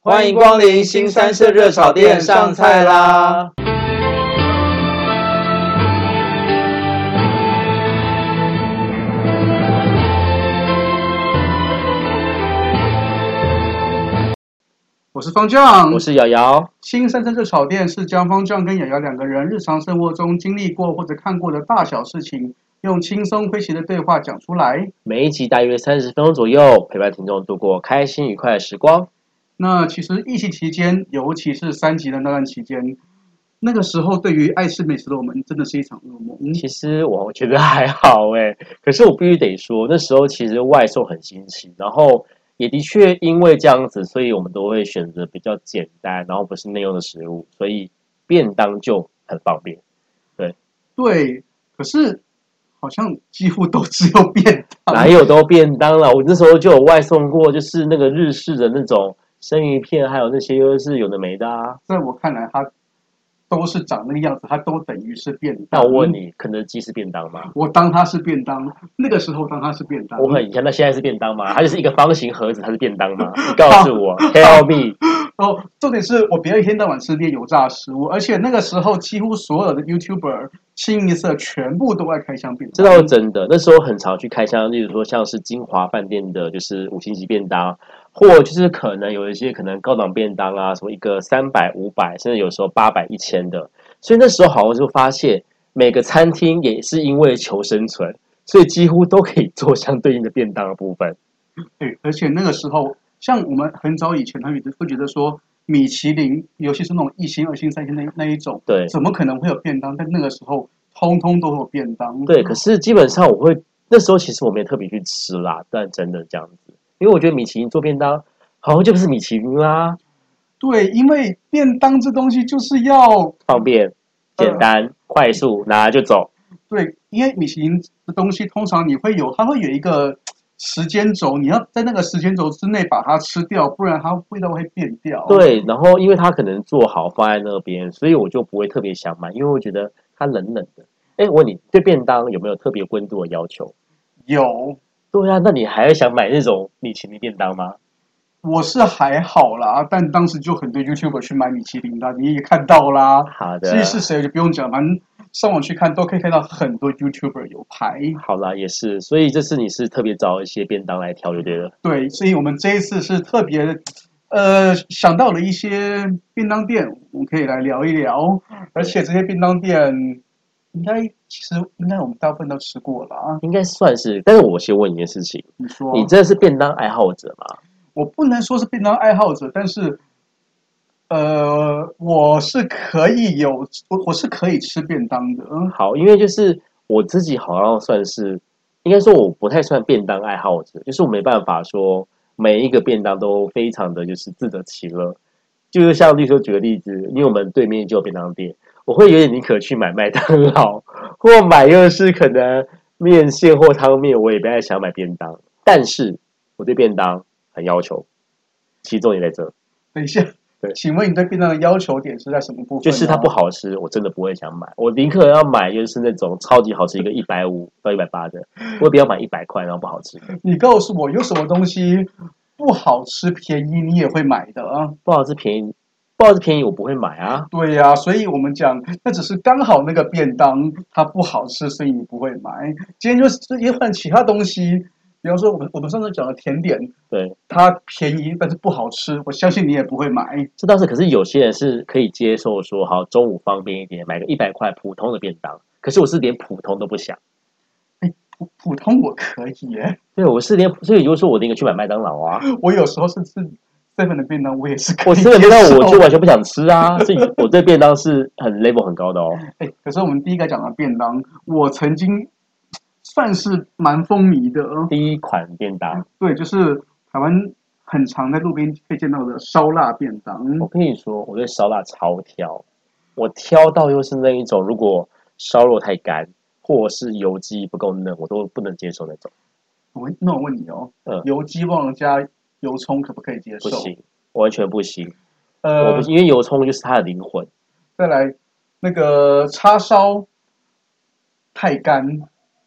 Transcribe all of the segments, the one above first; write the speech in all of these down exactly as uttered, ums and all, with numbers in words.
欢迎光临新三色热炒店，上菜啦！ 我是方丈， 我是瑶瑶。 新三色热炒店是将方丈跟瑶瑶两个人日常生活中经历过或者看过的大小事情，用轻松诙谐的对话讲出来。 每一集大约三十分钟左右，陪伴听众度过开心愉快的时光。 那其实疫情期间，尤其是三级的那段期间，那个时候对于爱吃美食的我们，真的是一场噩梦。 其实我觉得还好哎，可是我必须得说，那时候其实外送很新奇，然后也的确因为这样子，所以我们都会选择比较简单，然后不是内用的食物，所以便当就很方便。对对，可是好像几乎都只有便当， 哪有都便当啦？我那时候就有外送过，就是那个日式的那种生鱼片，还有那些又是有的没的啊。 在我看来，它都是长那个样子，它都等于是便当。 那我问你，肯德基是便当吗？ 我当它是便当，那个时候当它是便当。 我很遗憾，那现在是便当吗？它就是一个方形盒子，它是便当吗？你告诉我 ，Tell me。 哦，重点是我不要一天到晚吃点油炸食物，而且那个时候几乎所有的 YouTuber 清一色全部都在开箱便当。 这倒是真的，那时候很常去开箱，例如说像是金华饭店的，就是五星级便当，或就是可能有一些可能高档便当啊，什么一个三百、五百，甚至有时候八百、一千的。所以那时候好像就发现，每个餐厅也是因为求生存，所以几乎都可以做相对应的便当的部分。 对，而且那个时候，像我们很早以前，他们会觉得说，米其林，尤其是那种一星、二星、三星那那一种， 对， 怎么可能会有便当？但那个时候，通通都有便当。 对，可是基本上我会那时候其实我没有特别去吃啦，但真的这样子，因为我觉得米其林做便当好像就不是米其林啦。 对，因为便当这东西就是要方便、简单、呃、快速，拿来就走。 对，因为米其林的东西通常你会有，它会有一个时间轴，你要在那个时间轴之内把它吃掉，不然它味道会变掉。 对，然后因为它可能做好放在那边，所以我就不会特别想买，因为我觉得它冷冷的。哎，我问你，对便当有没有特别温度的要求？ 有。 对啊，那你还会想买那种米其林便当吗？ 我是还好啦，但当时就很多 YouTuber 去买米其林的，你也看到啦。 好的。 至于是谁就不用讲，反正上网去看都可以看到很多 YouTuber 有拍。 好啦，也是，所以这次你是特别找一些便当来挑就对了。 对，所以我们这一次是特别，呃，想到了一些便当店，我们可以来聊一聊。而且这些便当店，应该其实应该我们大部分都吃过了啊。 应该算是，但是我先问一件事情， 你说， 你真的是便当爱好者吗？ 我不能说是便当爱好者，但是，呃，我是可以有，我我是可以吃便当的。 好，因为就是我自己好像算是，应该说我不太算便当爱好者，就是我没办法说每一个便当都非常的就是自得其乐。就是像例如说举个例子，因为我们对面就有便当店，我会有点宁可去买麦当劳，或买又是可能面线或汤面，我也不太想买便当。但是我对便当很要求，其重点在这。 等一下，请问你对便当的要求点是在什么部分？ 就是它不好吃，我真的不会想买。我宁可要买就是那种超级好吃，一个一百五到一百八的，我也不要买一百块然后不好吃。 你告诉我有什么东西不好吃便宜你也会买的啊？ 不好吃便宜，不好吃便宜我不会买啊。 对呀、啊，所以我们讲那只是刚好那个便当它不好吃，所以你不会买。今天就是也换其他东西。比方说，我们我们上次讲的甜点， 对， 它便宜但是不好吃，我相信你也不会买。 这倒是，可是有些人是可以接受说，好中午方便一点，买个一百块普通的便当。可是我是连普通都不想。 哎，普普通我可以耶。 对，我是连，所以就说我宁可去买麦当劳啊。 我有时候是吃 seven 的便当，我也是可以我吃了便当我就完全不想吃啊，所以我对便当是很 level 很高的哦。 哎，可是我们第一个讲的便当，我曾经。算是蛮风靡的。 第一款便当， 对，就是台湾很常在路边可以见到的烧腊便当。 我跟你说，我对烧腊超挑，我挑到又是那一种，如果烧肉太干，或是油鸡不够嫩，我都不能接受那种。 我那我问你哦， 嗯， 油鸡忘了加油葱可不可以接受？ 不行，完全不行。 呃， 我不因为油葱就是它的灵魂。 再来，那个叉烧太干。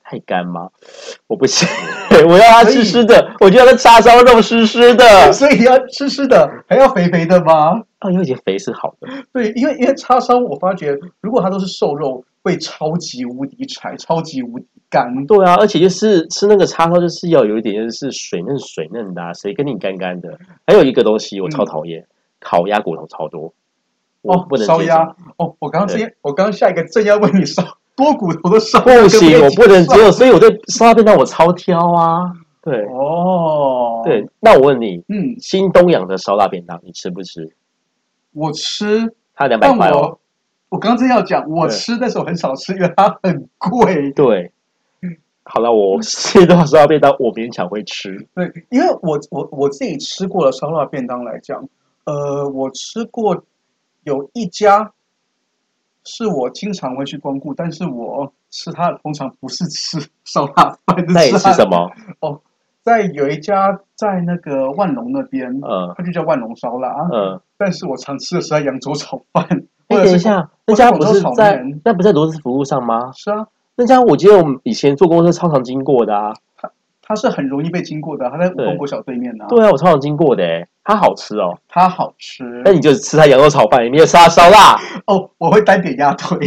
太干吗？我不行，我要它湿湿的，我就要它叉烧肉湿湿的。 所以要湿湿的，还要肥肥的吗？ 哦，有点肥是好的。 对，因为因为叉烧，我发觉如果它都是瘦肉，会超级无敌柴，超级无敌干。 对啊，而且就是吃那个叉烧，就是要有一点就是水嫩水嫩的、啊，谁跟你干干的？还有一个东西我超讨厌，嗯、烤鸭骨头超多，我不能烧鸭。哦，我刚刚之前，我刚刚下一个正要问你烧。多骨头的烧不行，我不能只有，所以我对烧腊便当我超挑啊。对， 哦， 对，那我问你， 嗯， 新东阳的烧腊便当你吃不吃？ 我吃， 它两百块哦。 我刚正要讲，我吃，但是我很少吃，因为它很贵。 对，好了，我新东阳烧腊便当我勉强会吃。 对，因为我我我自己吃过的烧腊便当来讲，呃，我吃过有一家。是我经常会去光顾，但是我吃它通常不是吃烧腊饭， 那你吃什么？ 哦，在有一家在那个万隆那边， 嗯， 它就叫万隆烧腊，嗯，但是我常吃的是它扬州炒饭。 哎，等一下，那家不是在那不在罗斯福路上吗？ 是啊， 那家我记得我们以前坐公车超常经过的啊。 它是很容易被经过的，它在武功国小对面呢、啊。 对啊，我超常经过的诶，它好吃哦， 它好吃。 那你就吃它羊肉炒饭，你有吃它烧腊哦，我会单点鸭腿。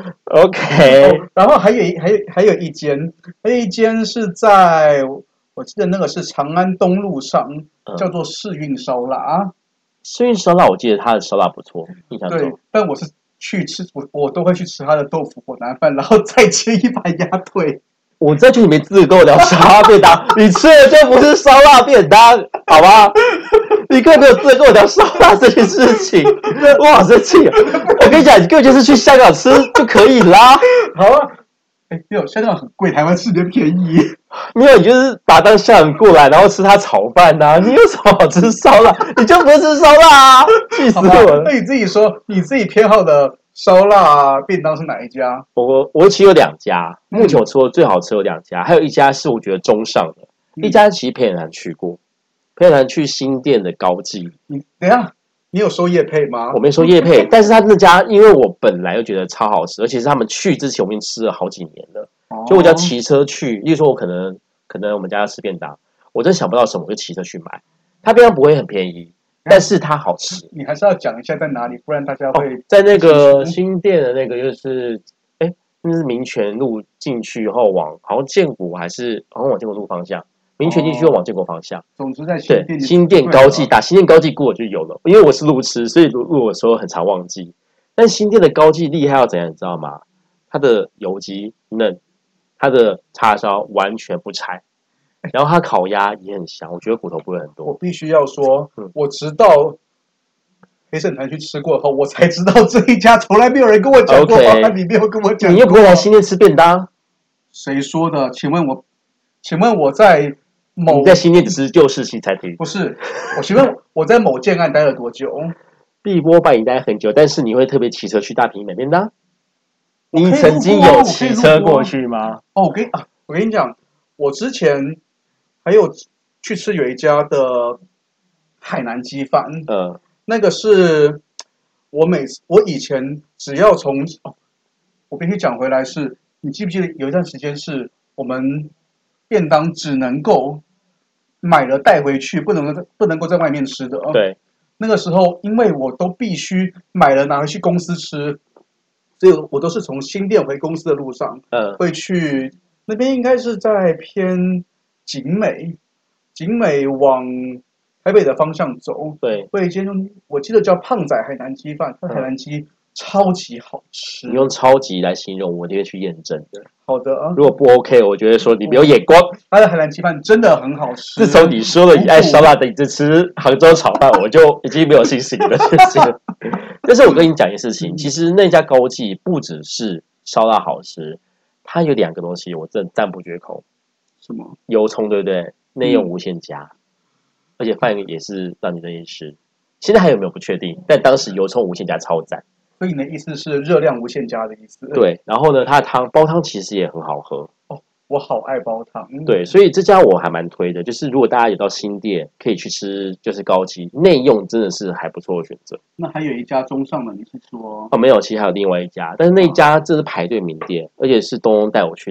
OK，、 哦、然后还有一还有还有一间，还有一间是在我记得那个是长安东路上，嗯、叫做世运烧腊。 世运烧腊，我记得它的烧腊不错，印象中。 对，但我是去吃，我我都会去吃它的豆腐火腩饭，然后再切一盘鸭腿。 我这就你没资格跟我聊烧腊便当，你吃的就不是烧腊便当，好吗？你根本没有资格跟我聊烧腊这件事情，我好生气啊！我跟你讲，你根本就是去香港吃就可以啦。 好啊，哎，没有，香港很贵，台湾吃比较便宜。 没有，你就是把当香港过来，然后吃他炒饭呐、啊。你有什么好吃烧腊？你就不是吃烧腊啊！气死我了！ 那你自己说，你自己偏好的。烧腊便当是哪一家？ 我我其实有两家，目前我吃过最好吃有两家，还有一家是我觉得中上的，嗯、一家其实裴远南去过，裴远南去新店的高记。 你等一下，你有收业配吗？ 我没收业配，但是他那家因为我本来就觉得超好吃，而且是他们去之前我已经吃了好几年了，哦、就我只要骑车去，例如说我可能可能我们家要吃便当，我真想不到什么，我就骑车去买，它便当不会很便宜。但是它好吃， 你还是要讲一下在哪里，不然大家会、 哦、在那个新店的那个，就是哎，那是民权路进去后往好像建国还是好像往建国路方向，民权进去后往建国方向。 哦、总之在新店， 新店高记打新店高记过就有了，因为我是路痴，所以路路的时候很常忘记。但新店的高记厉害要怎样，你知道吗？它的油鸡嫩，它的叉烧完全不柴。然后它烤鸭也很香，我觉得骨头不会很多。 我必须要说，嗯、我直到陪审团去吃过后，我才知道这一家从来没有人跟我讲过，包含你没有跟我讲过。 你又不会来新店吃便当？ 谁说的？请问我，请问我在某你在新店只是旧市西餐厅？ 不是，我请问我在某建案待了多久？ 碧波办你待很久，但是你会特别骑车去大坪买便当？你曾经有骑车过去吗？ 哦，我跟啊，我跟你讲，我之前。还有去吃有一家的海南鸡饭，嗯，那个是我每次我以前只要从，哦、我必须讲回来是，你记不记得有一段时间是我们便当只能够买了带回去，不能不能够在外面吃的。 对， 那个时候因为我都必须买了拿回去公司吃，所以我都是从新店回公司的路上，嗯，会去那边应该是在偏。景美，景美往台北的方向走， 对， 会先用，我记得叫胖仔海南鸡饭，它海南鸡超级好吃。 你用超级来形容，我就会去验证的。 好的啊， 如果不 OK， 我觉得说你没有眼光。 它的海南鸡饭真的很好吃。 自从你说了你爱烧腊的，你就吃杭州炒饭，我就已经没有信心了。但是我跟你讲一件事情，其实那家高记不只是烧腊好吃，它有两个东西我真的赞不绝口。 什么油葱对不对？内用无限加，嗯、而且饭也是让你愿意吃。现在还有没有不确定，但当时油葱无限加超赞。 所以你的意思是热量无限加的意思？ 对，然后呢，它的汤煲汤其实也很好喝。 哦，我好爱煲汤。 对，所以这家我还蛮推的，就是如果大家有到新店，可以去吃，就是高级内用，真的是还不错的选择。 那还有一家中上的，你是说？ 哦，没有，其实还有另外一家，但是那一家这是排队名店，而且是东东带我去的。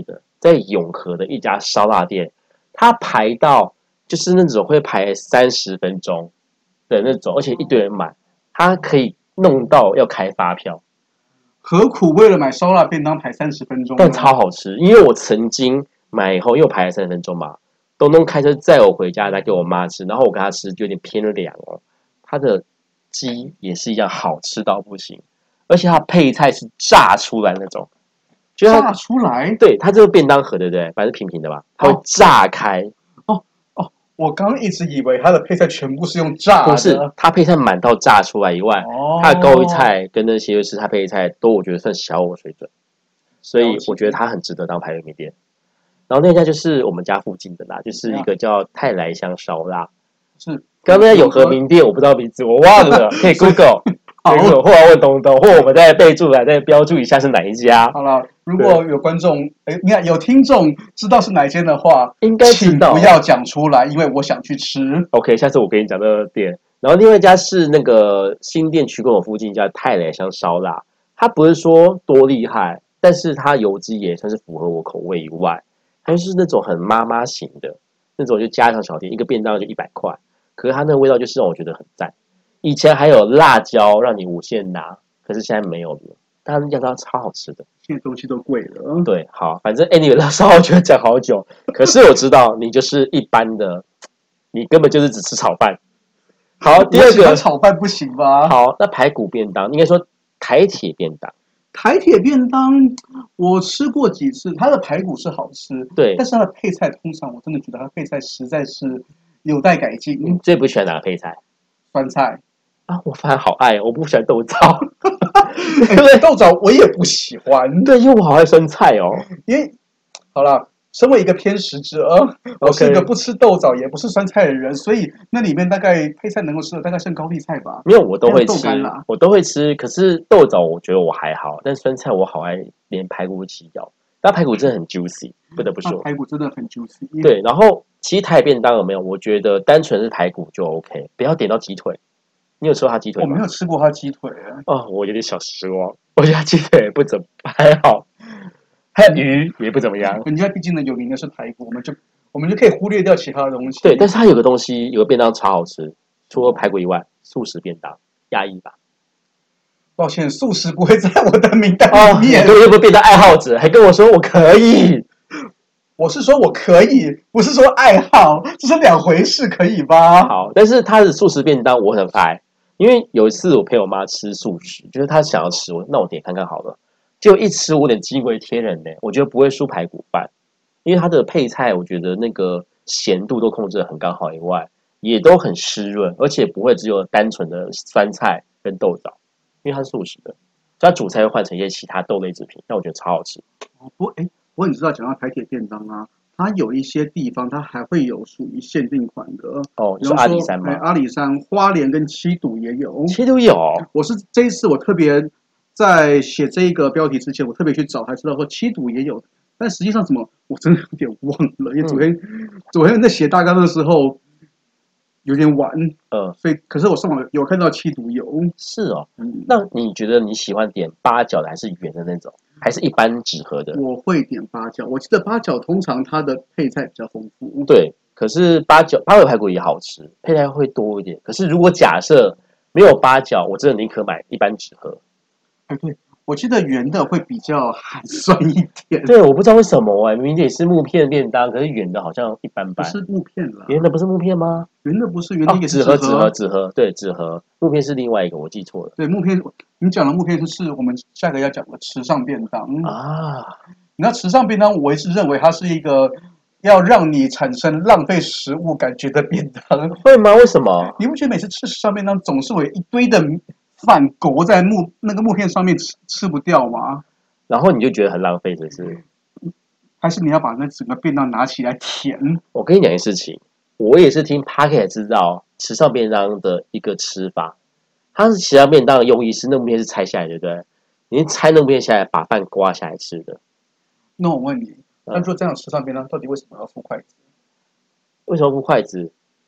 在永和的一家烧腊店，他排到就是那种会排三十分钟的那种，而且一堆人买，他可以弄到要开发票。 何苦为了买烧腊便当排三十分钟呢？ 但超好吃，因为我曾经买以后又排了三十分钟嘛，东东开车载我回家，再给我妈吃，然后我跟她吃就有点偏凉哦。它的鸡也是一样好吃到不行，而且它配菜是炸出来那种，就炸出来。 对，它这个便当盒对不对？反正平平的吧，它会炸开。 哦哦，我刚刚一直以为它的配菜全部是用炸的， 不是，它配菜满到炸出来以外， 哦、 它的高丽菜跟那些就是它配菜都我觉得算小我水准，所以我觉得它很值得当排面店。然后那家就是我们家附近的啦，就是一个叫泰来香烧腊。 是， 刚刚永和名店我不知道名字，我忘了，可以 Google， Google 或者问东东，或我们再备注来再标注一下是哪一家。 好了，如果有观众，哎，你看有听众知道是哪一间的话， 应该知道， 请不要讲出来，因为我想去吃。 OK， 下次我跟你讲这个店。然后另外一家是那个新店区跟我附近叫泰来香烧腊，它不是说多厉害，但是它油脂也算是符合我口味以外。它就是那种很妈妈型的那种，就家常小店，一个便当就一百块，可是它那个味道就是让我觉得很赞。以前还有辣椒让你无限拿，可是现在没有了。但是酱料超好吃的， 现在东西都贵了。 对，好，反正 anyway， 那烧我觉得讲好久，可是我知道你就是一般的，你根本就是只吃炒饭。好，第二个炒饭不行吧？ 好，那排骨便当应该说台铁便当。 台铁便当我吃过几次，它的排骨是好吃， 对， 但是它的配菜通常我真的觉得它的配菜实在是有待改进。 你最不喜欢哪个配菜？ 酸菜啊，我反而好爱，我不喜欢豆枣， 对，豆枣我也不喜欢， 对，因为我好爱酸菜哦。 因为好了。身为一个偏食者，我是个不吃豆枣也不是酸菜的人，所以那里面大概配菜能够吃的大概剩高丽菜吧。 没有，我都会吃，我都会吃。可是豆枣我觉得我还好，但酸菜我好爱连排骨一起咬。但排骨真的很 juicy， 不得不说， 排骨真的很 juicy。 对，然后其实台便当有没有？我觉得单纯是排骨就 OK， 不要点到鸡腿。你有吃过他鸡腿吗？ 我没有吃过他鸡腿。 哦，我有点小失望。我觉得他鸡腿不怎么还好。还有鱼也不怎么样， 人家毕竟呢有名的是排骨，我们就我们就可以忽略掉其他的东西。 对，但是它有个东西，有个便当超好吃，除了排骨以外，素食便当，压抑吧。 抱歉，素食不会在我的名单里面。 哦、你又不是便当爱好者，还跟我说我可以。 我是说我可以，不是说爱好，这是两回事，可以吧？ 好，但是它的素食便当我很爱，因为有一次我陪我妈吃素食，就是她想要吃，我那我点看看好了。结果一吃，我有点惊为天人呢。我觉得不会输排骨饭，因为它的配菜，我觉得那个咸度都控制得很刚好以外，也都很湿润，而且不会只有单纯的酸菜跟豆枣，因为它是素食的，所以它主菜会换成一些其他豆类制品，但我觉得超好吃。 哦，不，哎，不过你知道讲到台铁便当啊，它有一些地方它还会有属于限定款的哦，你说阿里山吗？ 阿里山、花莲跟七堵也有， 七堵有。 我是这一次我特别。在写这一个标题之前，我特别去找，才知道说七堵也有，但实际上什么我真的有点忘了，因为昨天、嗯、昨天在写大纲的时候有点晚，呃，所以可是我上网有看到七堵有。 是哦，嗯，那你觉得你喜欢点八角的还是圆的那种，还是一般纸盒的？ 我会点八角，我记得八角通常它的配菜比较丰富。 对，可是八角八角排骨也好吃，配菜会多一点。可是如果假设没有八角，我真的宁可买一般纸盒。 哎，对，我记得圆的会比较寒酸一点。 对，我不知道为什么哎、欸，明明也是木片便当，可是圆的好像一般般。 不是木片啦， 圆的不是木片吗？ 圆的不是，圆的也是纸盒，纸盒，纸盒，对，纸盒。木片是另外一个，我记错了。 对，木片，你讲的木片是我们下个要讲的池上便当啊。 你知道池上便当，我一直认为它是一个要让你产生浪费食物感觉的便当。 会吗？为什么？ 你不觉得每次吃池上便当总是有一堆的饭裹在木那个木片上面吃吃不掉吗？ 然后你就觉得很浪费，是不是？ 还是你要把那整个便当拿起来舔？ 我跟你讲一件事情，我也是听 Podcast 知道池上便当的一个吃法。它是池上便当的用意是那木片是拆下来，对不对？你拆那木片下来，把饭刮下来吃的。 那我问你，那如果这样池上便当到底为什么要附筷子？ 为什么不筷子？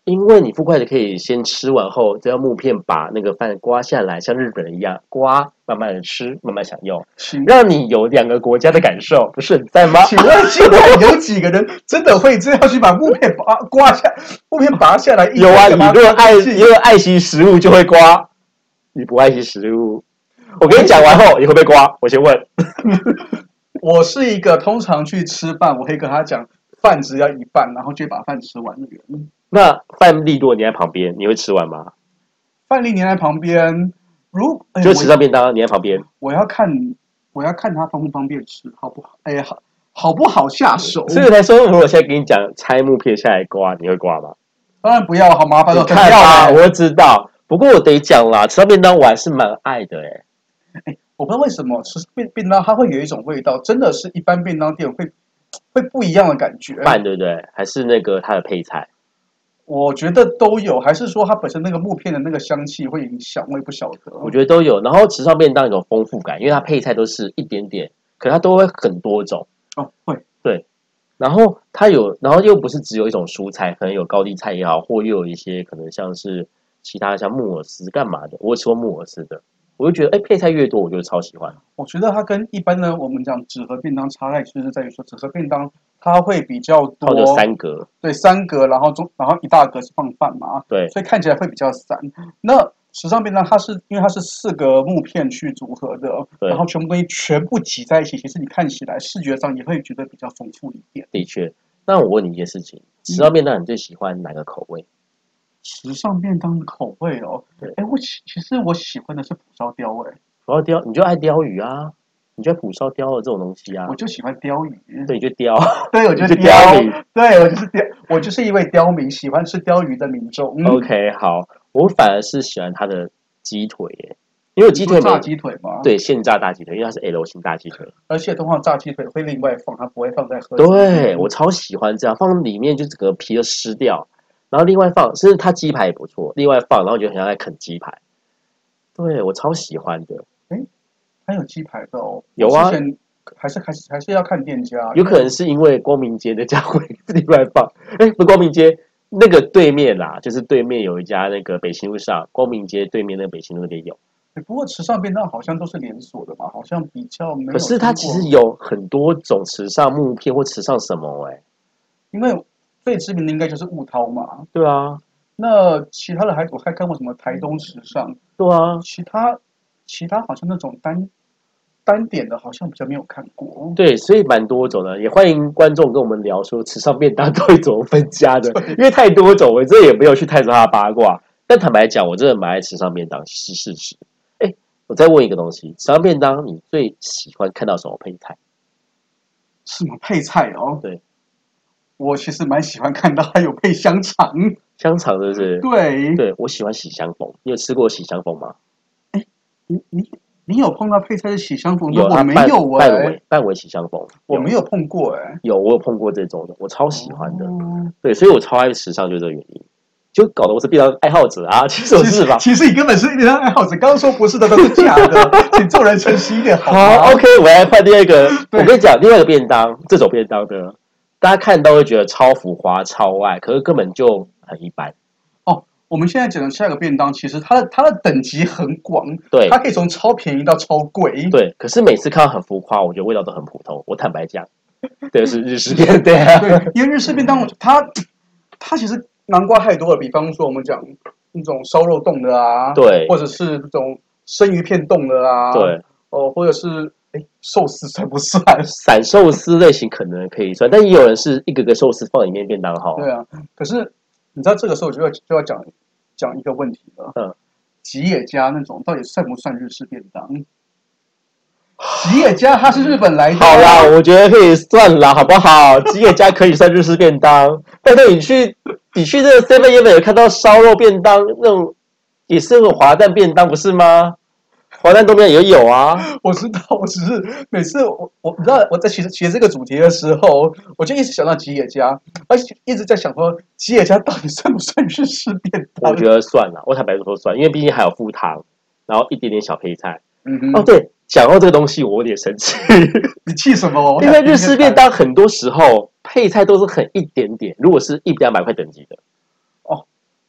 因为你付快的可以先吃完后，再用木片把那个饭刮下来，像日本人一样刮，慢慢的吃，慢慢享用，让你有两个国家的感受，不是很赞吗？ 请问现在有几个人真的会这样去把木片拔刮下，木片拔下来？ 有啊，你如果爱，你如果爱惜食物就会刮，你不爱惜食物，我跟你讲完后，你会不会刮？我先问。 我是一个通常去吃饭，我会跟他讲饭只要一半，然后就把饭吃完的人。 那饭粒如果你在旁边，你会吃完吗？ 饭粒粘在旁边，如、 欸、就吃上便当，你在旁边。 我要看，我要看他方不方便吃，好不好？哎、欸，好，好不好下手？ 所以才说，如果现在跟你讲拆木片下来刮，你会刮吗？ 当然不要，好麻烦哦。 看吧，我知道。不过我得讲啦，吃上便当我还是蛮爱的哎、欸。 哎、欸，我不知道为什么吃便便当它会有一种味道，真的是一般便当店会会不一样的感觉。 饭对不对？还是那个它的配菜？ 我觉得都有，还是说它本身那个木片的那个香气会影响？我也不晓得。 我觉得都有。然后池上便当有种丰富感，因为它配菜都是一点点，可它都会很多种。 哦，会。 对。然后它有，然后又不是只有一种蔬菜，可能有高丽菜也好，或又有一些可能像是其他像木耳丝干嘛的。我有吃过木耳丝的，我就觉得哎，配菜越多，我就超喜欢。 我觉得它跟一般的我们讲纸盒便当差在就是在于说，纸盒便当它会比较多， 它有三格， 对，三格，然后中然后一大格是放饭嘛， 对， 所以看起来会比较散。那时尚便当它是因为它是四个木片去组合的，然后全部东西全部挤在一起，其实你看起来视觉上也会觉得比较丰富一点。 的确，那我问你一件事情，时尚便当你最喜欢哪个口味？ 时尚便当的口味哦，哎，我其其实我喜欢的是蒲烧鲷，哎， 蒲烧鲷，你就爱鲷鱼啊？你就蒲烧鲷的这种东西啊？ 我就喜欢鲷鱼， 对，你就鲷， 对，我就鲷迷，对我就是鲷，我就是一位鲷迷，喜欢吃鲷鱼的民众。 嗯、OK， 好，我反而是喜欢它的鸡腿耶，因为鸡腿炸鸡腿吗？ 对，现炸大鸡腿，因为它是 L 型大鸡腿， 而且通常炸鸡腿会另外放，它不会放在盒子。对，我超喜欢这样，放里面就整个皮都湿掉。然后另外放，甚至它鸡排也不错，另外放，然后我觉得很像在啃鸡排，对我超喜欢的。 哎，还有鸡排的哦， 有啊， 还是还是还是要看店家， 有可能是因为光明街的价位另外放。哎，不，光明街那个对面啦，就是对面有一家那个北新路上，光明街对面那个北新路那边有。 不过池上便当好像都是连锁的嘛，好像比较没有。 可是它其实有很多种池上木片或池上什么哎、欸， 因为。最知名的应该就是雾涛嘛， 对啊。 那其他的还我还看过什么台东时尚， 对啊。 其他其他好像那种单单点的，好像比较没有看过。 对，所以蛮多种的，也欢迎观众跟我们聊说，池上便当到底怎么分家的，因为太多种，我这也没有去探索它的八卦。但坦白讲，我真的蛮爱池上便当，是事实。哎，我再问一个东西，池上便当你最喜欢看到什么配菜？ 什么配菜哦？ 对。 我其实蛮喜欢看到还有配香肠， 香肠是不是？ 对， 对我喜欢喜香逢。你有吃过喜香逢吗？ 哎，你你你有碰到配菜是喜香逢的？ 有， 我没有哎、 半尾半尾喜香逢， 我没有碰过哎、欸。 有，我有碰过这种的，我超喜欢的。哦、对，所以我超爱时尚，就是这个原因。就搞得我是便当爱好者啊，其实我是吧？ 其实你根本是便当爱好者，刚刚说不是的都是假的，请做人诚实一点好吗？ 好 ，OK， 我来换第二个。我跟你讲，另外一个便当，这种便当的。大家看到会觉得超浮夸、超爱，可是根本就很一般。 哦，我们现在讲的下一个便当，其实它的它的等级很广， 对， 它可以从超便宜到超贵。 对，可是每次看到很浮夸，我觉得味道都很普通。我坦白讲，对，是日式便对啊， 对，因为日式便当，它它其实南瓜太多了。比方说，我们讲那种烧肉冻的啊， 对， 或者是这种生鱼片冻的啊， 对， 哦，或者是。哎，寿司算不算？ 散寿司类型可能可以算，但也有人是一个个寿司放里面便当好。 对啊，可是你知道这个时候就要就要讲讲一个问题了。嗯，吉野家那种到底算不算日式便当？吉野家它是日本来的、啊。 好啦，我觉得可以算啦，好不好？吉野家可以算日式便当，但是你去你去这个 seven eleven 有看到烧肉便当那种，也是那种滑蛋便当不是吗？华南东边也有啊， 我知道，我只是每次我我你知道我在写写这个主题的时候，我就一直想到吉野家，而且一直在想说吉野家到底算不算日式便当？ 我觉得算了，我坦白说算，因为毕竟还有附汤，然后一点点小配菜。 嗯哼， 哦对，讲到这个东西我有点生气。 你气什么？ 因为日式便当很多时候配菜都是很一点点，如果是一两百块等级的。 哦，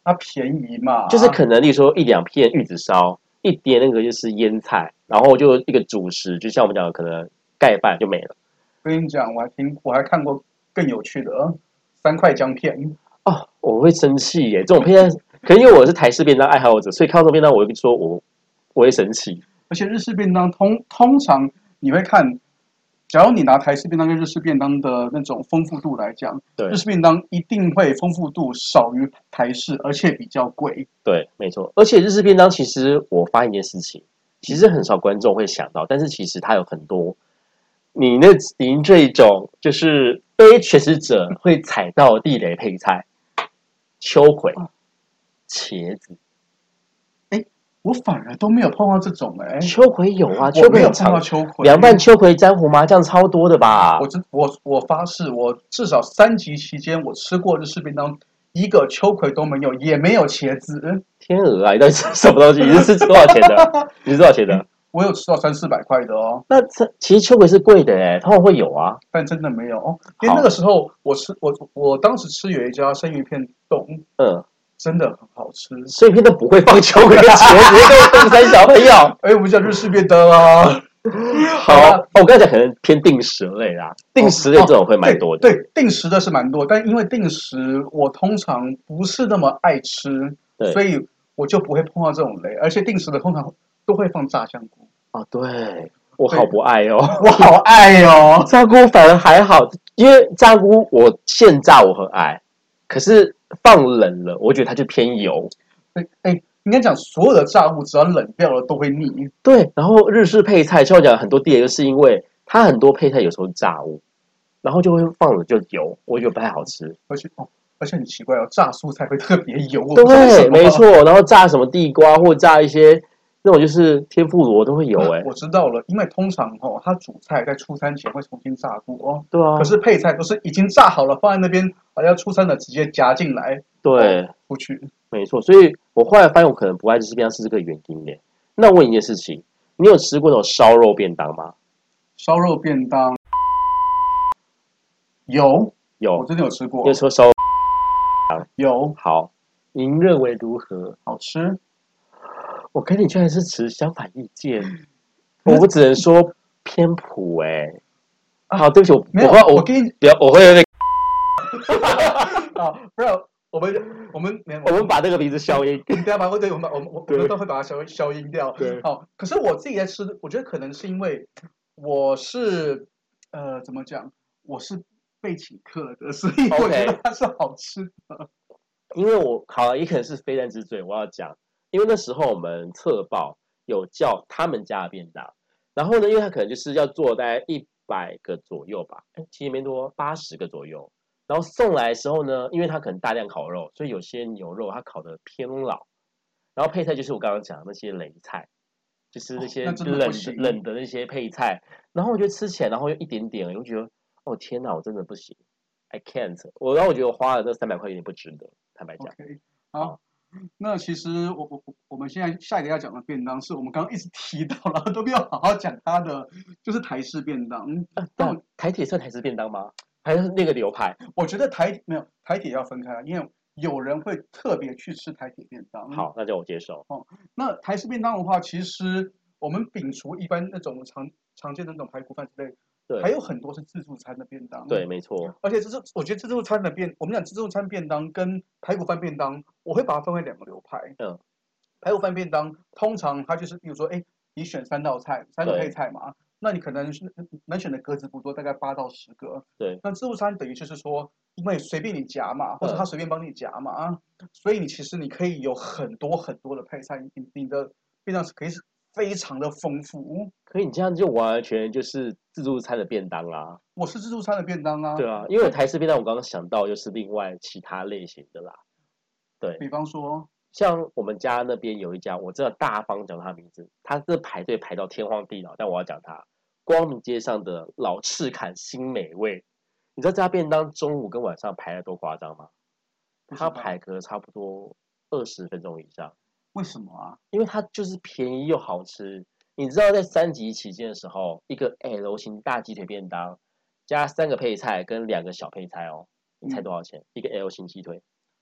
它便宜嘛， 就是可能例如说一两片玉子烧，一碟那个就是腌菜，然后就一个主食，就像我们讲的可能盖饭就没了。 我跟你讲，我还听我还看过更有趣的三块姜片。 哦，我会生气耶！这种配菜，可能因为我是台式便当爱好者，所以看到这种便当，我会说我我会生气。 而且日式便当通通常你会看，假如你拿台式便当跟日式便当的那种丰富度来讲， 对日式便当一定会丰富度少于台式，而且比较贵。 对，没错。而且日式便当，其实我发现一件事情，其实很少观众会想到，但是其实它有很多你那您这种就是非全食者会踩到地雷配菜，秋葵、茄子。 我反而都没有碰到这种哎、欸， 秋葵有啊，秋我没葵很常有碰到秋葵。 凉拌秋葵沾胡麻酱超多的吧？ 我真我我发誓，我至少三级期间我吃过日式便当，一个秋葵都没有，也没有茄子。 天鹅啊，你到底吃什么东西？你是吃多少钱的？你是多少钱的？ 我有吃到三四百块的哦， 那这其实秋葵是贵的哎，通常会有啊。 但真的没有哦，因为那个时候我吃我我当时吃有一家生鱼片冻， 嗯， 真的很好吃。 所以片都不会放秋葵的茄子，给我冻三小朋友。 哎，我们叫日式便当啊。 好，哦我刚才讲可能偏定时类啦，定时类这种会蛮多的。 哦、对, 对，定时的是蛮多，但因为定时我通常不是那么爱吃，所以我就不会碰到这种雷。而且定时的通常都会放炸香菇。 哦，对，我好不爱哦， 我好爱哦， 炸菇反而还好，因为炸菇我现炸我很爱，可是放冷了，我觉得它就偏油。 哎哎。应该讲，所有的炸物只要冷掉了都会腻。 对，然后日式配菜，像我讲很多地雷，就是因为它很多配菜有时候炸物，然后就会放了就油，我觉得不太好吃。 而且哦，而且很奇怪哦，炸蔬菜会特别油。 对，没错。然后炸什么地瓜或炸一些那种就是天妇罗都会有哎、欸。 我知道了，因为通常哦，它主菜在出餐前会重新炸过哦。 对啊。 可是配菜都是已经炸好了，放在那边，好像出餐的直接夹进来。 对、 哦，出去。 没错，所以我后来发现我可能不爱吃便当是这个原因耶。那我问你一件事情，你有吃过那种烧肉便当吗？ 烧肉便当有有， 我真的有吃过。 你有吃过烧肉？ 有。 好，您认为如何？ 好吃？ 我跟你居然是持相反意见，我只能说偏普哎、欸。好，对不起，我没有， 我我跟你不要，我会有点啊，不然我们我们我们把那个名字消音， 等下把我对，我们我们我们都会把它消消音掉。 对， 好，可是我自己在吃，我觉得可能是因为我是呃怎么讲，我是被请客的，所以我觉得它是好吃的。 因为我好了，也可能是非战之罪，我要讲，因为那时候我们测报有叫他们家的便当，然后呢，因为他可能就是要做大概一百个左右吧，哎，其实没多，八十个左右。然后送来的时候呢，因为他可能大量烤肉，所以有些牛肉它烤的偏老，然后配菜就是我刚刚讲的那些雷菜，就是那些冷的、哦、的冷的那些配菜，然后我觉得吃起来，然后又一点点，我就觉得哦天哪，我真的不行 ，I can't。我然后我觉得我花了那三百块有点不值得，坦白讲。 Okay, 好，那其实我我我们现在下一个要讲的便当是我们刚刚一直提到了，都没有好好讲它的，就是台式便当。 啊、那台铁算台式便当吗？还是那个流派？ 我觉得台没有台铁要分开，因为有人会特别去吃台铁便当。 好，那就我接受。 哦，那台式便当的话，其实我们摒除一般那种常常见的那种排骨饭之类， 对， 还有很多是自助餐的便当。 对，没错。 而且这是我觉得自助餐的便，我们讲自助餐便当跟排骨饭便当，我会把它分为两个流派。 嗯， 排骨饭便当通常它就是，比如说，哎，你选三道菜，三个配菜嘛。那你可能能选的格子不多，大概八到十个。 对。 那自助餐等于就是说，因为随便你夹嘛，或者他随便帮你夹嘛，嗯、所以你其实你可以有很多很多的配菜，你你的便当是可以非常的丰富。 可以，你这样就完完全全就是自助餐的便当啊。 我是自助餐的便当啊。 对啊，因为台式便当我刚刚想到就是另外其他类型的啦。对， 比方说。 像我们家那边有一家，我真的大方讲他名字，他这排队排到天荒地老，但我要讲他，光明街上的老赤坎新美味。你知道这家便当中午跟晚上排的多夸张吗？他排个差不多二十分钟以上。 为什么啊？ 因为它就是便宜又好吃。你知道在三级期间的时候，一个 L 型大鸡腿便当加三个配菜跟两个小配菜哦，你猜多少钱？嗯、一个 L 型鸡腿？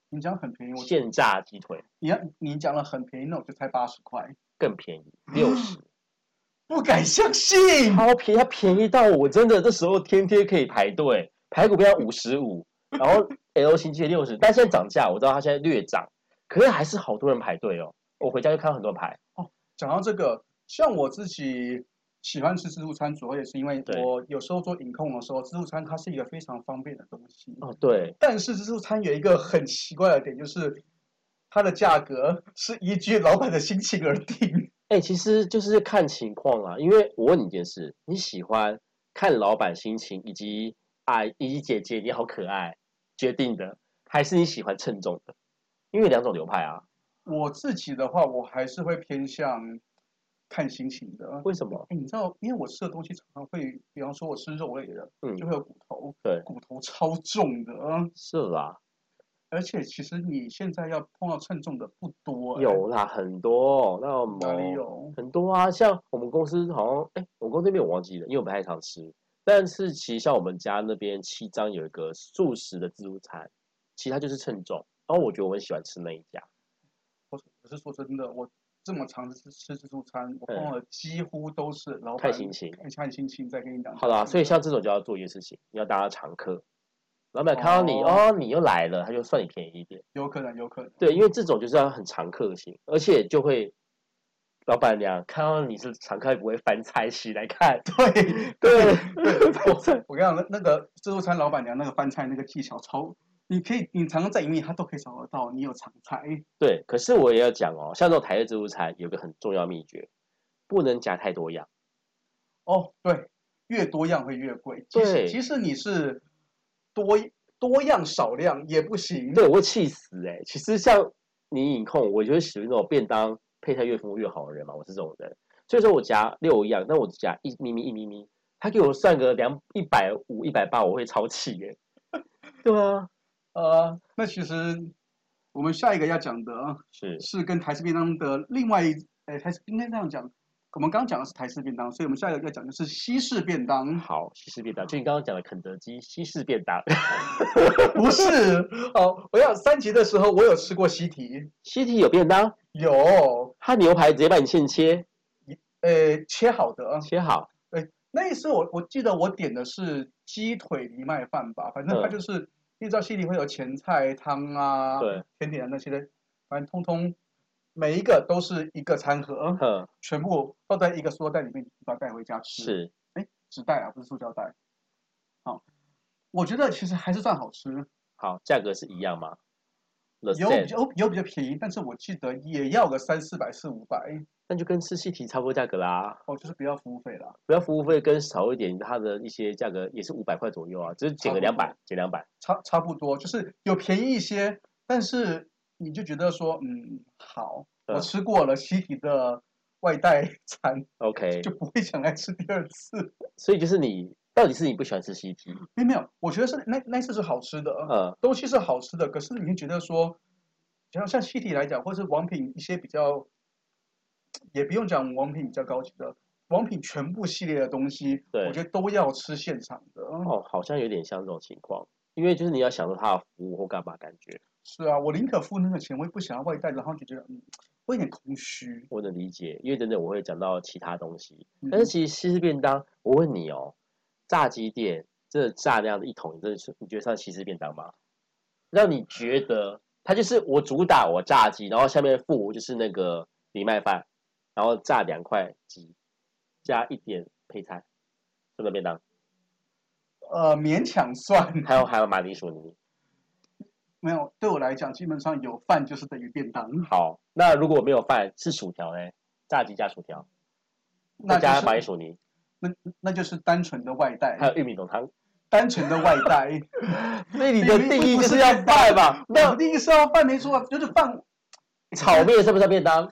你讲很便宜，我现炸鸡腿你要你讲了很便宜，那我就才八十块， 更便宜，六十， 不敢相信， 超便宜，它便宜到我真的这时候天天可以排队，排骨要五十五，然后 L 型鸡六十，但现在涨价，我知道它现在略涨，可是还是好多人排队哦。我回家就看到很多人排。 哦，讲到这个，像我自己喜欢吃自助餐，主要也是因为我有时候做饮控的时候，自助餐它是一个非常方便的东西。 哦，对。 但是自助餐有一个很奇怪的点，就是它的价格是依据老板的心情而定。 哎、欸，其实就是看情况啦。因为我问你一件事，你喜欢看老板心情以及啊以及姐姐你好可爱决定的，还是你喜欢称重的？因为两种流派啊。 我自己的话，我还是会偏向看心情的。 为什么？ 哎，你知道，因为我吃的东西常常会，比方说我吃肉类的，嗯，就会有骨头， 对， 骨头超重的。 是啦， 而且其实你现在要碰到称重的不多、欸， 有啦，很多。那哪里有？ 很多啊，像我们公司好像，哎、欸，我们公司那边我忘记了，因为我不太常吃。但是其实像我们家那边七张有一个素食的自助餐，其实它就是称重。然后我觉得我很喜欢吃那一家。 可是说真的，我这么长吃吃自助餐，我碰到的几乎都是老板看心情， 看心情在跟你讲。 好啦，所以像这种就要做一件事情，你要当他常客。老板看到你 哦, 哦，你又来了，他就算你便宜一点。 有可能，有可能。 对，因为这种就是要很常客型，而且就会老板娘看到你是常客，不会翻菜洗来看。 对对对，我我跟你讲，那个自助餐老板娘那个翻菜那个技巧超。你可以，你常常在里面，他都可以找得到。你有常菜， 对。可是我也要讲哦，像这种台式自助餐有个很重要秘诀，不能夹太多样。 哦，对，越多样会越贵。 对， 即使你是多多样少量也不行。 对，我会气死哎、欸！其实像你饮控，我就会属于那种便当配菜越丰富越好的人嘛，我是这种人。所以说我夹六样，但我只夹一咪咪一咪咪，他给我算个两一百五、一百八，我会超气耶、欸。对啊。 呃，那其实我们下一个要讲的是是跟台式便当的另外一，哎，台式应该这样讲。我们刚刚讲的是台式便当，所以我们下一个要讲的是西式便当。 好，西式便当，就你刚刚讲的肯德基西式便当， 不是哦。我想三级的时候，我有吃过西提， 西提有便当， 有， 他牛排直接帮你现切， 呃，切好的， 切好。 对，那一次我我记得我点的是鸡腿藜麦饭吧，反正它就是。嗯你知道西提会有前菜汤啊， 对， 甜点那些的，反正通通每一个都是一个餐盒， 嗯， 全部放在一个塑料袋里面，把它带回家吃。 是， 哎，纸袋啊，不是塑胶袋。好，我觉得其实还是算好吃。 好，价格是一样吗？ 有比较有比较便宜，但是我记得也要个三四百四五百。 那就跟吃西提差不多价格啦。 哦，就是不要服务费啦， 不要服务费跟少一点，它的一些价格也是五百块左右啊，只是减个两百，减两百， 差差不多，就是有便宜一些，但是你就觉得说，嗯，好，嗯、我吃过了西提的外带餐 ，OK， 就不会想来吃第二次。 所以就是你到底是你不喜欢吃西提？ 没有没有，我觉得是那那次是好吃的，嗯，东西是好吃的，可是你会觉得说，像像西提来讲，或是王品一些比较。也不用讲王品比较高级的，王品全部系列的东西，我觉得都要吃现场的。 哦，好像有点像这种情况，因为就是你要享受它的服务或干嘛，感觉。 是啊，我宁可付那个钱，我也不想要外带，然后就觉得嗯，会有点空虚。 我能理解，因为真的我会讲到其他东西，嗯、但是其实西式便当，我问你哦，炸鸡店真的炸那样的一桶，你真的是你觉得像西式便当吗？让你觉得它就是我主打我炸鸡，然后下面附就是那个藜麦饭。然后炸两块鸡，加一点配菜，是不是便当？ 呃，勉强算。 还有还有马铃薯泥。 没有，对我来讲，基本上有饭就是等于便当。 好，那如果没有饭是薯条呢？炸鸡加薯条，再加马铃薯泥， 那那就是单纯的外带。 还有玉米浓汤， 单纯的外带。 所以你的定义就是要饭嘛？ 那定义是要饭没错，就是饭。 炒面算不算便当？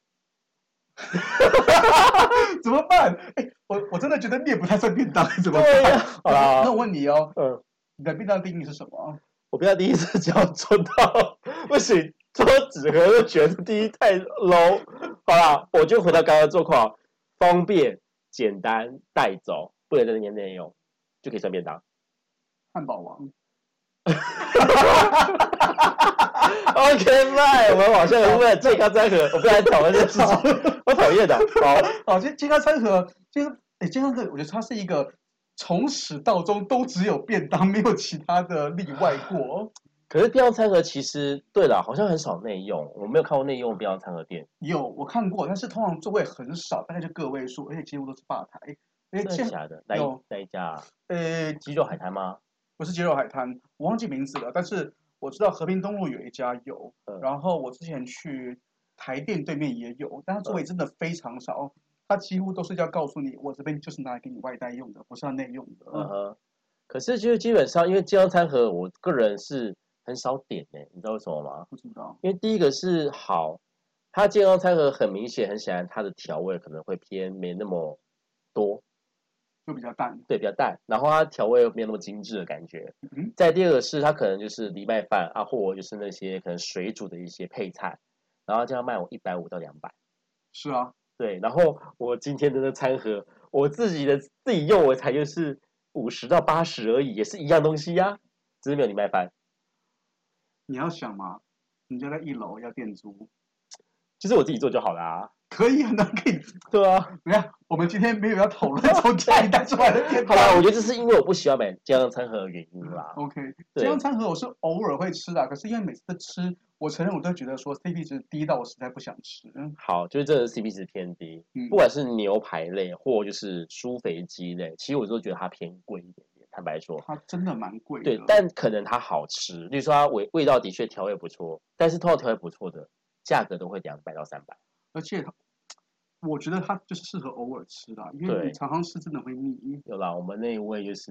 怎么办？哎、欸，我我真的觉得面不太算便当，怎么办？好啦， 那我问你哦，嗯，你的便当定义是什么？ 我便当第一次只要做到不行，做纸盒就觉得第一太 low。好啦，我就回到刚刚的状况，方便、简单、带走，不能在那边内用，就可以算便当。 汉堡王。 OK fine，我们往下为了健康餐盒，我不来讨论这事情，我讨厌的。 好，好，健健康餐盒，就是哎，健康餐盒，我觉得它是一个从始到终都只有便当，没有其他的例外过。 可是便当餐盒其实对啦，好像很少内用，我没有看过内用便当餐盒店。 有我看过，但是通常座位很少，大概就个位数，而且几乎都是吧台。哎， 真的假的？哪一哪一家啊？ 呃， 鸡肉海滩吗？ 不是鸡肉海滩，我忘记名字了，但是我知道和平东路有一家有， 嗯然后我之前去台电对面也有，但它座位真的非常少，它几乎都是要告诉你，我这边就是拿来给你外带用的，不是要内用的。 嗯哼。可是就是基本上，因为健康餐盒，我个人是很少点诶、你知道为什么吗？ 不知道， 因为第一个是好，它健康餐盒很明显，很显然它的调味可能会偏没那么多， 就比较淡。 对，比较淡，然后它调味又没有那么精致的感觉。 嗯， 再第二个是它可能就是藜麦饭啊，或者就是那些可能水煮的一些配菜，然后这样卖我一百五到两百。 是啊， 对，然后我今天的那餐盒，我自己的自己用我才就是五十到八十而已，也是一样东西呀、啊，只是没有藜麦饭。 你要想嘛，你就在一楼要店租， 就是我自己做就好啦、啊。 可以啊，那可以。 对啊， 没有，我们今天没有要讨论从家里带出来的便当。 好啦，我觉得这是因为我不喜欢买健康餐盒的原因啦。 OK， 对健康餐盒我是偶尔会吃的，可是因为每次吃，我承认我都觉得说 C P 值低到我实在不想吃。 好，就是这个 C P 值偏低， 嗯不管是牛排类或就是酥肥鸡类，其实我都觉得它偏贵一点点。坦白说， 它真的蛮贵的。 对，但可能它好吃，例如说它味味道的确调味不错，但是通常调味不错的价格都会两百到三百。 而且它，我觉得它就是适合偶尔吃啦，因为对你常常吃真的会腻。 有啦，我们那一位就是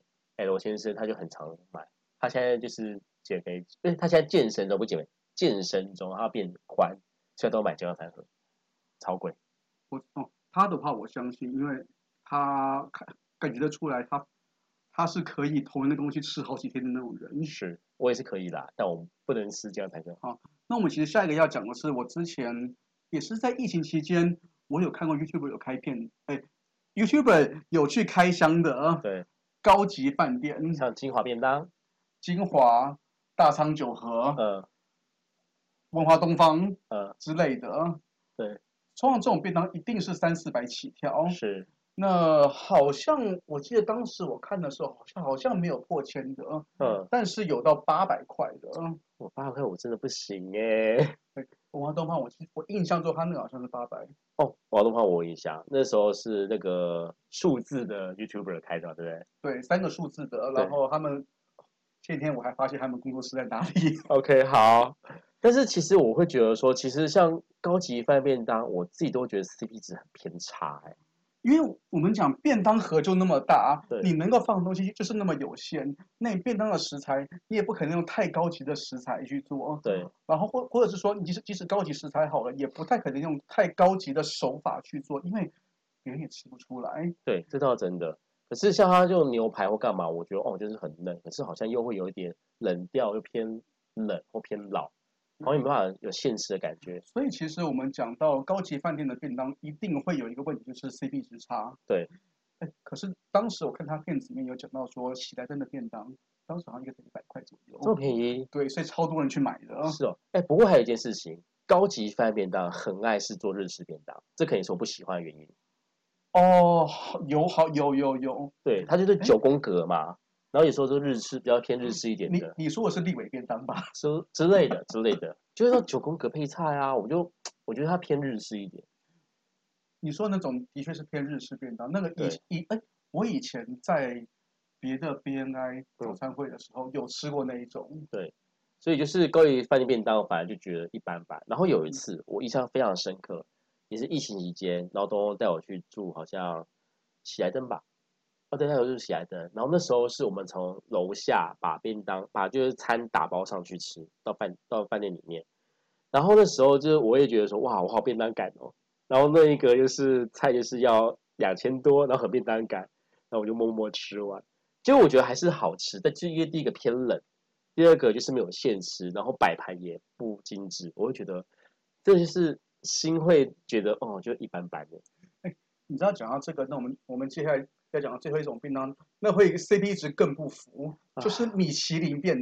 L 先生，他就很常买。他现在就是减肥，因为他现在健身中不减肥，健身中他变宽，所以都买健康餐盒，超贵。 我哦，他的话我相信，因为他感感觉得出来他，他是可以同一个东西吃好几天的那种人。 是我也是可以啦，但我不能吃健康餐盒。 好，那我们其实下一个要讲的是，我之前也是在疫情期间，我有看过 YouTube 有开片，哎，YouTube 有去开箱的对， 高级饭店， 像金华便当， 金华、大昌九和、 呃文华东方呃， 之类的。 对， 通常这种便当一定是三四百起跳。 是那好像我记得当时我看的时候，好像好像没有破千的， 嗯， 但是有到八百块的。 我八块我真的不行哎。 文华东方，我我印象中他那个好像是八百。 哦，王东胖我有印象，那时候是那个数字的 YouTuber 开的，对不对对，三个数字的，然后他们前几天我还发现他们工作室在哪里。 ？OK，好。但是其实我会觉得说，其实像高级饭便当，我自己都觉得 C P 值很偏差哎、欸。 因为我们讲便当盒就那么大， 对你能够放的东西就是那么有限。那你便当的食材，你也不可能用太高级的食材去做。 对， 然后或或者是说，你即使即使高级食材好了，也不太可能用太高级的手法去做，因为别人也吃不出来。 对，这倒真的。可是像它用牛排或干嘛，我觉得哦，就是很嫩，可是好像又会有一点冷调，又偏冷或偏老，好像没办法有现实的感觉。 所以其实我们讲到高级饭店的便当，一定会有一个问题，就是 C P 值差。 对， 哎，可是当时我看他片子里面有讲到说，喜来登的便当当时好像一个才一百块左右， 这么便宜？ 对，所以超多人去买的。 是哦。哎，不过还有一件事情，高级饭便当很爱是做日式便当，这可能是我不喜欢的原因。 哦，有好有有有， 对，它就是九宫格嘛，然后有时候就日式比较偏日式一点你的， 你说的是立伟便当吧？ 之之类的之类的，就是说九宫格配菜啊，我就我觉得它偏日式一点。 你说那种的确是偏日式便当，那个对以以哎，我以前在别的 B N I 早嗯， 餐会的时候有吃过那一种。 对，所以就是高级饭店便当，我反而就觉得一般般。然后有一次我印象非常深刻，也是疫情期间，然后东东带我去住，好像喜来登吧。哦，对，那时候就是喜来登。然后那时候是我们从楼下把便当，把就是餐打包上去吃，到饭到饭店里面。然后那时候就是我也觉得说，哇，我好便当感哦。然后那一个就是菜就是要两千多，然后很便当感，然后我就默默吃完。结果我觉得还是好吃，但就是因为第一个偏冷，第二个就是没有现吃，然后摆盘也不精致，我会觉得这就是心会觉得哦，就一般般的。 哎，你知道讲到这个，那我们我们接下来要讲的最后一种便当，那会 C P 值更不符，就是米其林便当。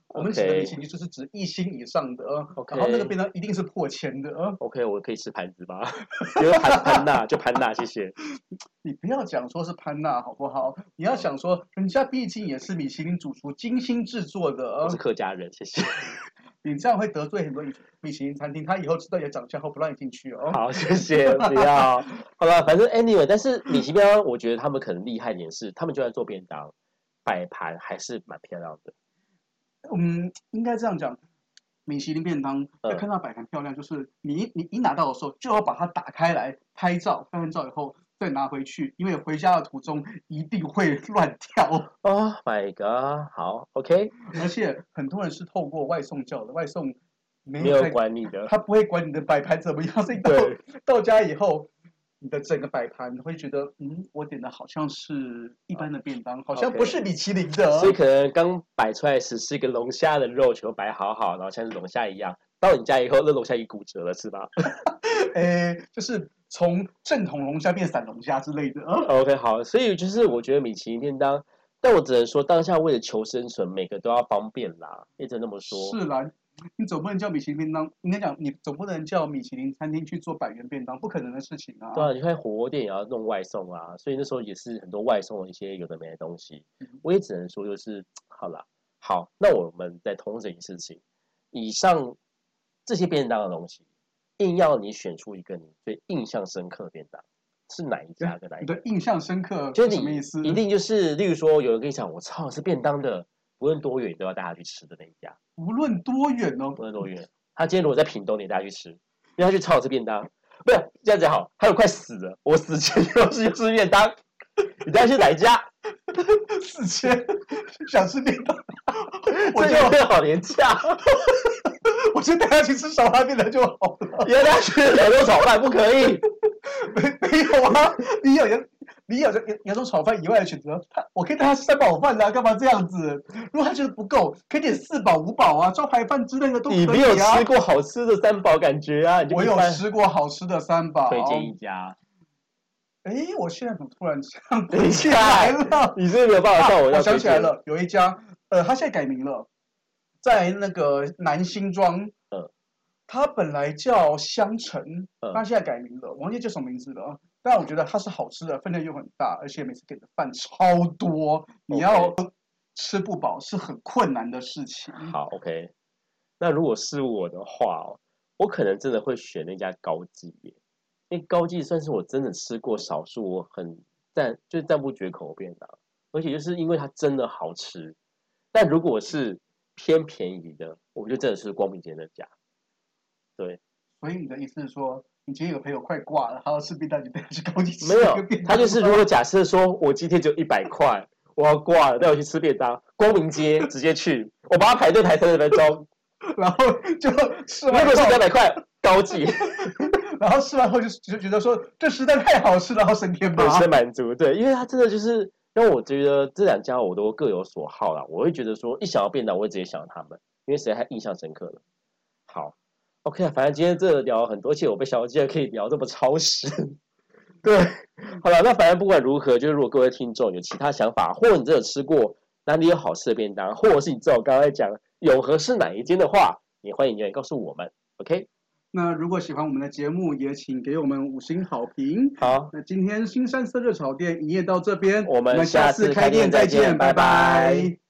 我们指的米其林就是指一星以上的， OK 然后那个便当一定是破千的。 OK， 我可以吃盘子吗？因为潘潘娜就潘娜，谢谢。 你不要讲说是潘娜好不好？你要想说，人家毕竟也是米其林主厨精心制作的。 我是客家人，谢谢。 你这样会得罪很多米其林餐厅，他以后知道你的长相后不让你进去哦。 好，谢谢，不要。好了，反正 anyway， 但是米其林便当，我觉得他们可能厉害一点是，他们就在做便当，摆盘还是蛮漂亮的。 嗯，应该这样讲。米其林便当要看到摆盘漂亮，就是你你一拿到的时候就要把它打开来拍照，拍完照以后再拿回去，因为回家的途中一定会乱跳。 Oh my god！ 好 ，OK。 而且很多人是透过外送叫的，外送没没有有管你的， 他不会管你的摆盘怎么样，所以到到家以后。你的整个摆盘会觉得，嗯，我点的好像是一般的便当，好像不是米其林的， 所以可能刚摆出来时是一个龙虾的肉全部摆好好，然后像是龙虾一样，到你家以后，那龙虾已骨折了，是吧？ 诶，就是从正统龙虾变散龙虾之类的。 OK， 好，所以就是我觉得米其林便当，但我只能说当下为了求生存，每个都要方便啦，一直那么说。 是啦。你总不能叫米其林便当，应该讲你总不能叫米其林餐厅去做百元便当，不可能的事情啊。 对啊，你看火锅店也要弄外送啊，所以那时候也是很多外送的一些有的没的东西。我也只能说就是好啦，好，那我们再同整一件事情，以上这些便当的东西，硬要你选出一个你最印象深刻的便当，是哪一家跟哪一家？ 你的印象深刻就是什么意思？ 一定就是，例如说有人跟你讲，我操，是便当的，不论多远都要带他去吃的那一家。 无论多远哦， 无论多远，他今天如果在屏东，你带他去吃，因为他去超好吃便当，不是这样子好，他有快死了，我死前又是吃便当，你带他去哪一家？ 死前想吃便当， 我就好廉价， 我就带他去吃烧饭便当就好了。 你要带他去扬州炒饭不可以？ 没没有啊，你有扬你有扬州炒饭以外的选择，他我可以带他吃三宝饭啊，干嘛这样子？如果他觉得不够，可以点四宝五宝啊，招牌饭之类的都可以啊。 你没有吃过好吃的三宝感觉啊？ 我有吃过好吃的三宝， 推荐一家。 哎，我现在怎么突然这样背起来了？ 你是不是没有办法叫我要、 啊？我想起来了，有一家，呃，他现在改名了，在那个南新庄， 嗯， 他本来叫香城， 嗯， 他现在改名了，我忘记叫什么名字了。但我觉得它是好吃的，分量又很大，而且每次给的饭超多，你要吃不饱是很困难的事情。 好 ，OK。那如果是我的话哦，我可能真的会选那家高记耶。因为高记算是我真的吃过少数我很赞，就是赞不绝口的便当，而且就是因为它真的好吃。但如果是偏便宜的，我觉得真的是光明街那家。对， 所以你的意思是说，你今天有朋友快挂了，他要吃便当，你带他去高记吃没有，他就是如果假设说我今天只有一百块，我要挂了，带我去吃便当，光明街直接去，我帮他排队排三十分钟， 然后就吃完。 如果是两百块，高记。 然后吃完后就就觉得说这实在太好吃了，然后升天吧， 对，是满足。对，因为它真的就是让我觉得这两家我都各有所好啦。我会觉得说一想到便当，我会直接想到他们，因为实在太印象深刻了。好 ，OK 啊，反正今天这聊很多，而且我被小鸡可以聊这么超时。对，好了，那反正不管如何，就是如果各位听众有其他想法，或者你真的吃过哪里有好吃的便当，或者是你知道我刚才讲永和是哪一间的话，也欢迎留言告诉我们。OK。 那如果喜欢我们的节目，也请给我们五星好评。 好， 那今天新山色热炒店营业到这边， 我们下次开店再见，拜拜。